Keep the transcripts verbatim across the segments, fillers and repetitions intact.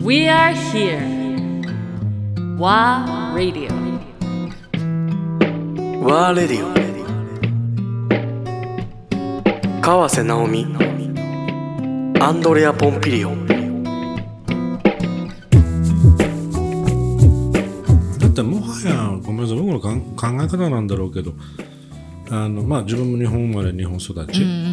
We are here. WA Radio. WA Radio。川瀬直美、アンドレア・ポンピリオ。 だってもはやごめんなさい、僕の考え方なんだろうけど、あのまあ自分も日本生まれ日本育ち、うんうんうん、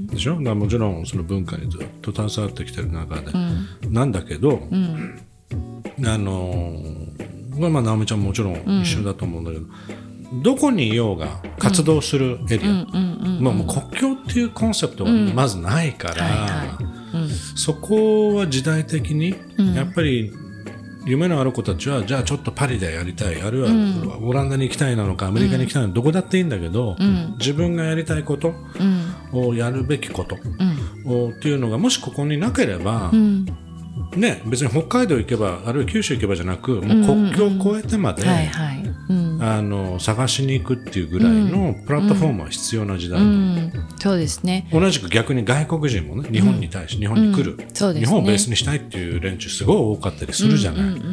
でしょ。だからもちろんその文化にずっと携わってきてる中で、うん、なんだけど、うん、あのまあ直美ちゃんももちろん一緒だと思うんだけど、うん、どこにいようが活動するエリア、まあもう国境っていうコンセプトがまずないから、そこは時代的にやっぱり夢のある子たちはじゃあちょっとパリでやりたい、あるいはオランダに行きたいなのかアメリカに行きたいなのか、どこだっていいんだけど、うん、自分がやりたいことをやるべきことをっていうのがもしここになければ、うん、ね、別に北海道行けばあるいは九州行けばじゃなく、もう国境を越えてまであの探しに行くっていうぐらいのプラットフォームは必要な時代、うんうん、 そうですね。 同じく逆に外国人もね、日本に対し、うん、日本に来る、うんそうですね、日本をベースにしたいっていう連中すごい多かったりするじゃない、うんうんうん、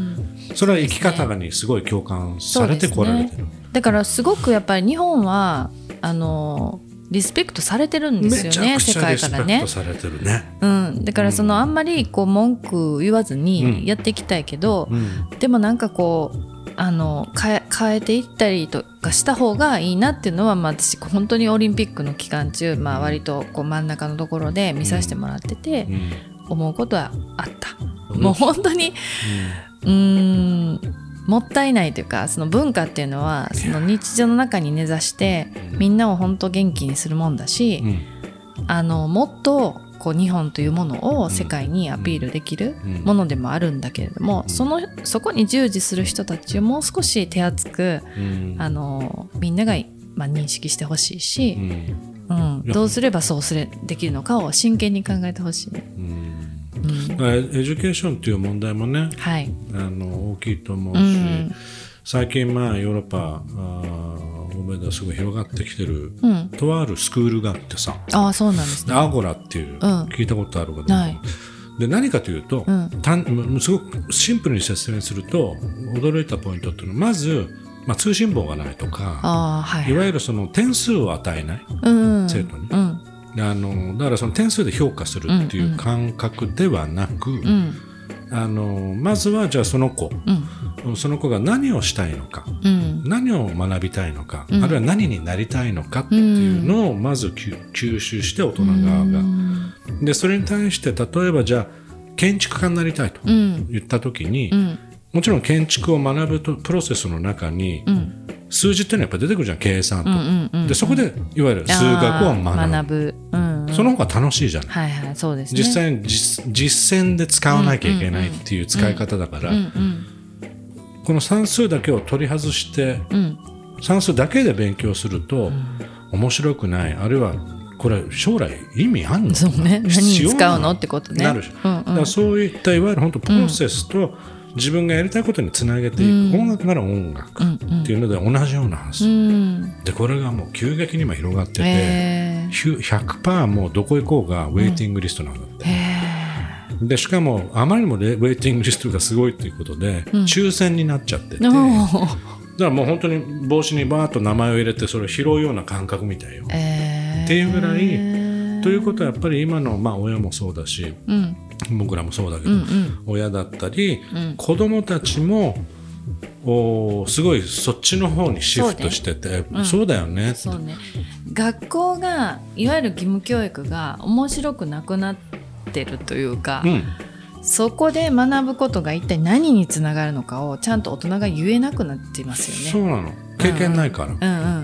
それは生き方にすごい共感されてこられてる、ね、 だからすごくやっぱり日本はあのリスペクトされてるんですよね、世界からね。 めちゃくちゃリスペクトされてるね、 うん、だからそのあんまりこう文句言わずにやっていきたいけど、うんうん、でもなんかこうあの変え、変えていったりとかした方がいいなっていうのは、まあ、私本当にオリンピックの期間中、まあ、割とこう真ん中のところで見させてもらってて、うん、思うことはあった、うん、もう本当に、うん、うーんもったいないというか、その文化っていうのはその日常の中に根ざしてみんなを本当元気にするもんだし、うん、あのもっとこう日本というものを世界にアピールできるものでもあるんだけれども、そのそこに従事する人たちをもう少し手厚く、あのみんなが、まあ、認識してほしいし、うん、どうすればそうすれできるのかを真剣に考えてほしいね。 うん、エデュケーションという問題もね、はい、あの大きいと思うし、うん、最近まあヨーロッパ欧米ではすごい広がってきてる、うん、とあるスクールがあってさ、 あ、そうなんですね。 アゴラっていう、うん、聞いたことあるかな、はい、で何かというと、うん、たんすごくシンプルに説明すると驚いたポイントっていうのはまず、まあ、通信簿がないとか、あ、はいはい、いわゆるその点数を与えない、うん、生徒に、うん、あのだからその点数で評価するっていう感覚ではなく、うんうん、あのまずはじゃあその子、うん、その子が何をしたいのか、うん、何を学びたいのか、うん、あるいは何になりたいのかっていうのをまず吸収して大人側が、うん、でそれに対して例えばじゃあ建築家になりたいと言った時に、うん、もちろん建築を学ぶとプロセスの中に、うん、数字っていうのはやっぱ出てくるじゃん、計算と、うんうんうんうん、でそこでいわゆる数学を学ぶ、学ぶ、うんうん、その方が楽しいじゃない、はいはい、そうですね、実際に 実, 実践で使わなきゃいけないっていう使い方だから、うんうんうん、この算数だけを取り外して、うん、算数だけで勉強すると、うん、面白くない、あるいはこれ将来意味あんの、そうね、何に使うのってことね、なるし、うんうん、だからそういったいわゆる本当プロセスと自分がやりたいことにつなげていく、うん、音楽なら音楽っていうので同じようなはず、うん、でこれがもう急激に今広がってて、えー、ひゃくパーセント もうどこ行こうがウェイティングリストなんだって、うんえー、でしかもあまりにもウェイティングリストがすごいということで、うん、抽選になっちゃってて、だからもう本当に帽子にバーッと名前を入れてそれを拾うような感覚みたいよ、えー、っていうぐらいということはやっぱり今の、まあ、親もそうだし、うん、僕らもそうだけど、うんうん、親だったり、うん、子供たちもおすごいそっちの方にシフトしてて、そうね、うん、そうだよね、そうね、学校がいわゆる義務教育が面白くなくなってるというか、うん、そこで学ぶことが一体何につながるのかをちゃんと大人が言えなくなっていますよね。そうなの、経験ないから、うんうんうんうん、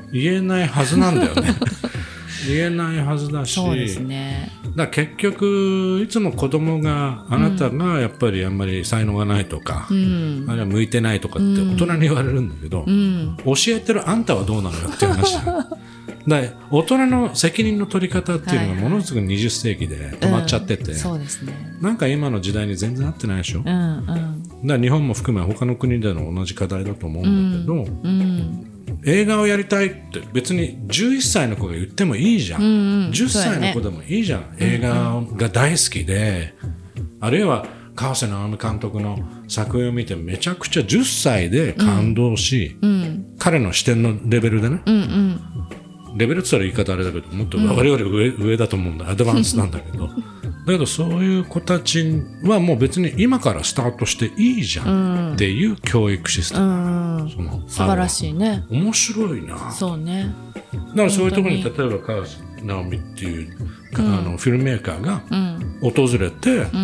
言えないはずなんだよね言えないはずだし、そうですね、だから結局いつも子供があなたがやっぱりあんまり才能がないとか、うん、あるいは向いてないとかって大人に言われるんだけど、うん、教えてるあんたはどうなのよっていう話だから大人の責任の取り方っていうのがものすごくにじゅっ世紀で止まっちゃってて、うん、そうですね、なんか今の時代に全然合ってないでしょ、うんうん、だから日本も含め他の国での同じ課題だと思うんだけど、うんうん映画をやりたいって別にじゅういっさいの子が言ってもいいじゃん、うんうん、じゅっさいの子でもいいじゃん、ね、映画が大好きで、うんうん、あるいは川瀬直美監督の作品を見てめちゃくちゃじゅっさいで感動し、うんうん、彼の視点のレベルでね、うんうん、レベルって言ったら言い方あれだけどもっと我々より 上,、うん、上だと思うんだ、アドバンスなんだけどだけどそういう子たちはもう別に今からスタートしていいじゃんっていう教育システム、うん、その素晴らしいね、 面白いな。そうね、だからそういうところに例えば川瀬直美っていう、うん、あのフィルムメーカーが訪れて、うん、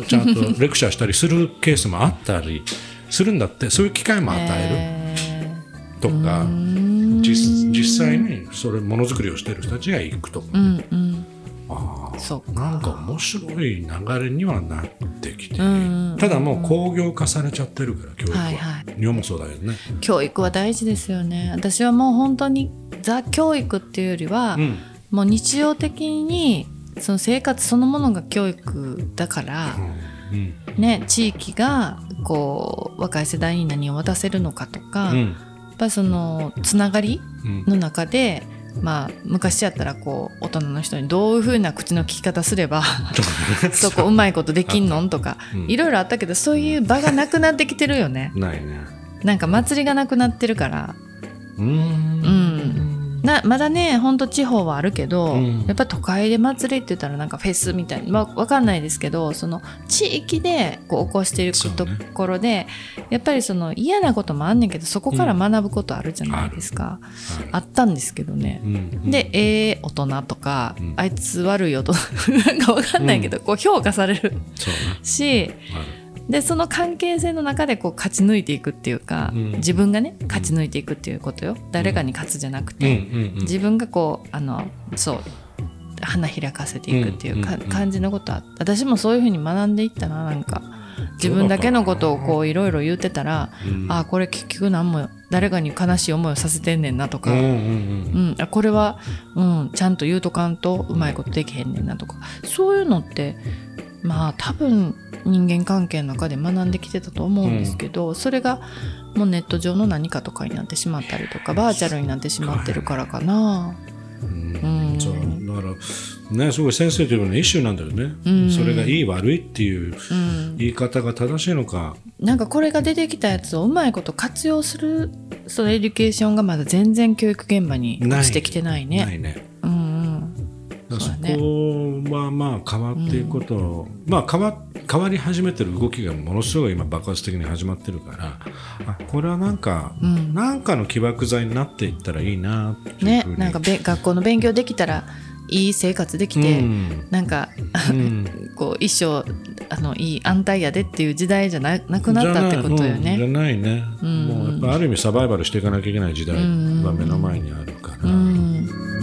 ちゃんとレクチャーしたりするケースもあったりするんだって、そういう機会も与えるとか、実, 実際にそれものづくりをしている人たちが行くとか、ね、うんうん、あそうか、なんか面白い流れにはなってきて、うんうん、ただもう工業化されちゃってるから教育は、はいはい、日本もそうだよね。 教育は大事ですよね。私はもう本当にザ教育っていうよりは、うん、もう日常的にその生活そのものが教育だから、うんうん、ね、地域がこう若い世代に何を渡せるのかとか、うん、やっぱりそのつながりの中で、うん、まあ、昔やったらこう大人の人にどういう風な口の利き方すればそこうまいことできんのとか、うん、いろいろあったけど、そういう場がなくなってきてるよね。 ないね。 なんか祭りがなくなってるから、うーん、うんなまだね、ほんと地方はあるけど、うん、やっぱ都会で祭りって言ったらなんかフェスみたいな、まあ、分かんないですけど、その地域でこう起こしていくところで、ね、やっぱりその嫌なこともあんねんけど、そこから学ぶことあるじゃないですか、うん、あ, あったんですけどね、うんうん、でええー、大人とか、うん、あいつ悪い大人なんか分かんないけど、うん、こう評価されるし、でその関係性の中でこう勝ち抜いていくっていうか、うん、自分がね勝ち抜いていくっていうことよ。誰かに勝つじゃなくて、うんうんうん、自分がこうあのそう花開かせていくっていうか、うんうんうん、感じのことは私もそういう風に学んでいったな。なんか自分だけのことをこういろいろ言ってたら、うん、あこれ結局何も誰かに悲しい思いをさせてんねんなとか、うんうんうんうん、これは、うん、ちゃんと言うとかんとうまいことできへんねんなとか、そういうのってまあ多分人間関係の中で学んできてたと思うんですけど、うん、それがもうネット上の何かとかになってしまったりとかバーチャルになってしまってるからかな、うんうん、そうだからね、すごいセンシティブなイシューなんだよね、うん、それがいい悪いっていう言い方が正しいのか、 うん、なんかこれが出てきたやつをうまいこと活用するそのエデュケーションがまだ全然教育現場に落ちてきてないね。 ないね、うんうん、そこはまあ変わっていくことを、うん、まあ変わ、変わり始めてる動きがものすごい今爆発的に始まってるから、あこれはなんか、うん、なんかの起爆剤になっていったらいいなっていうふうに、ね、 なんかべ学校の勉強できたらいい生活できて、うん、なんか、うん、こう一生あのいい安泰やでっていう時代じゃ な, なくなったってことよね。 じゃないね、うん、もうやっぱある意味サバイバルしていかなきゃいけない時代が目の前にあるから、うん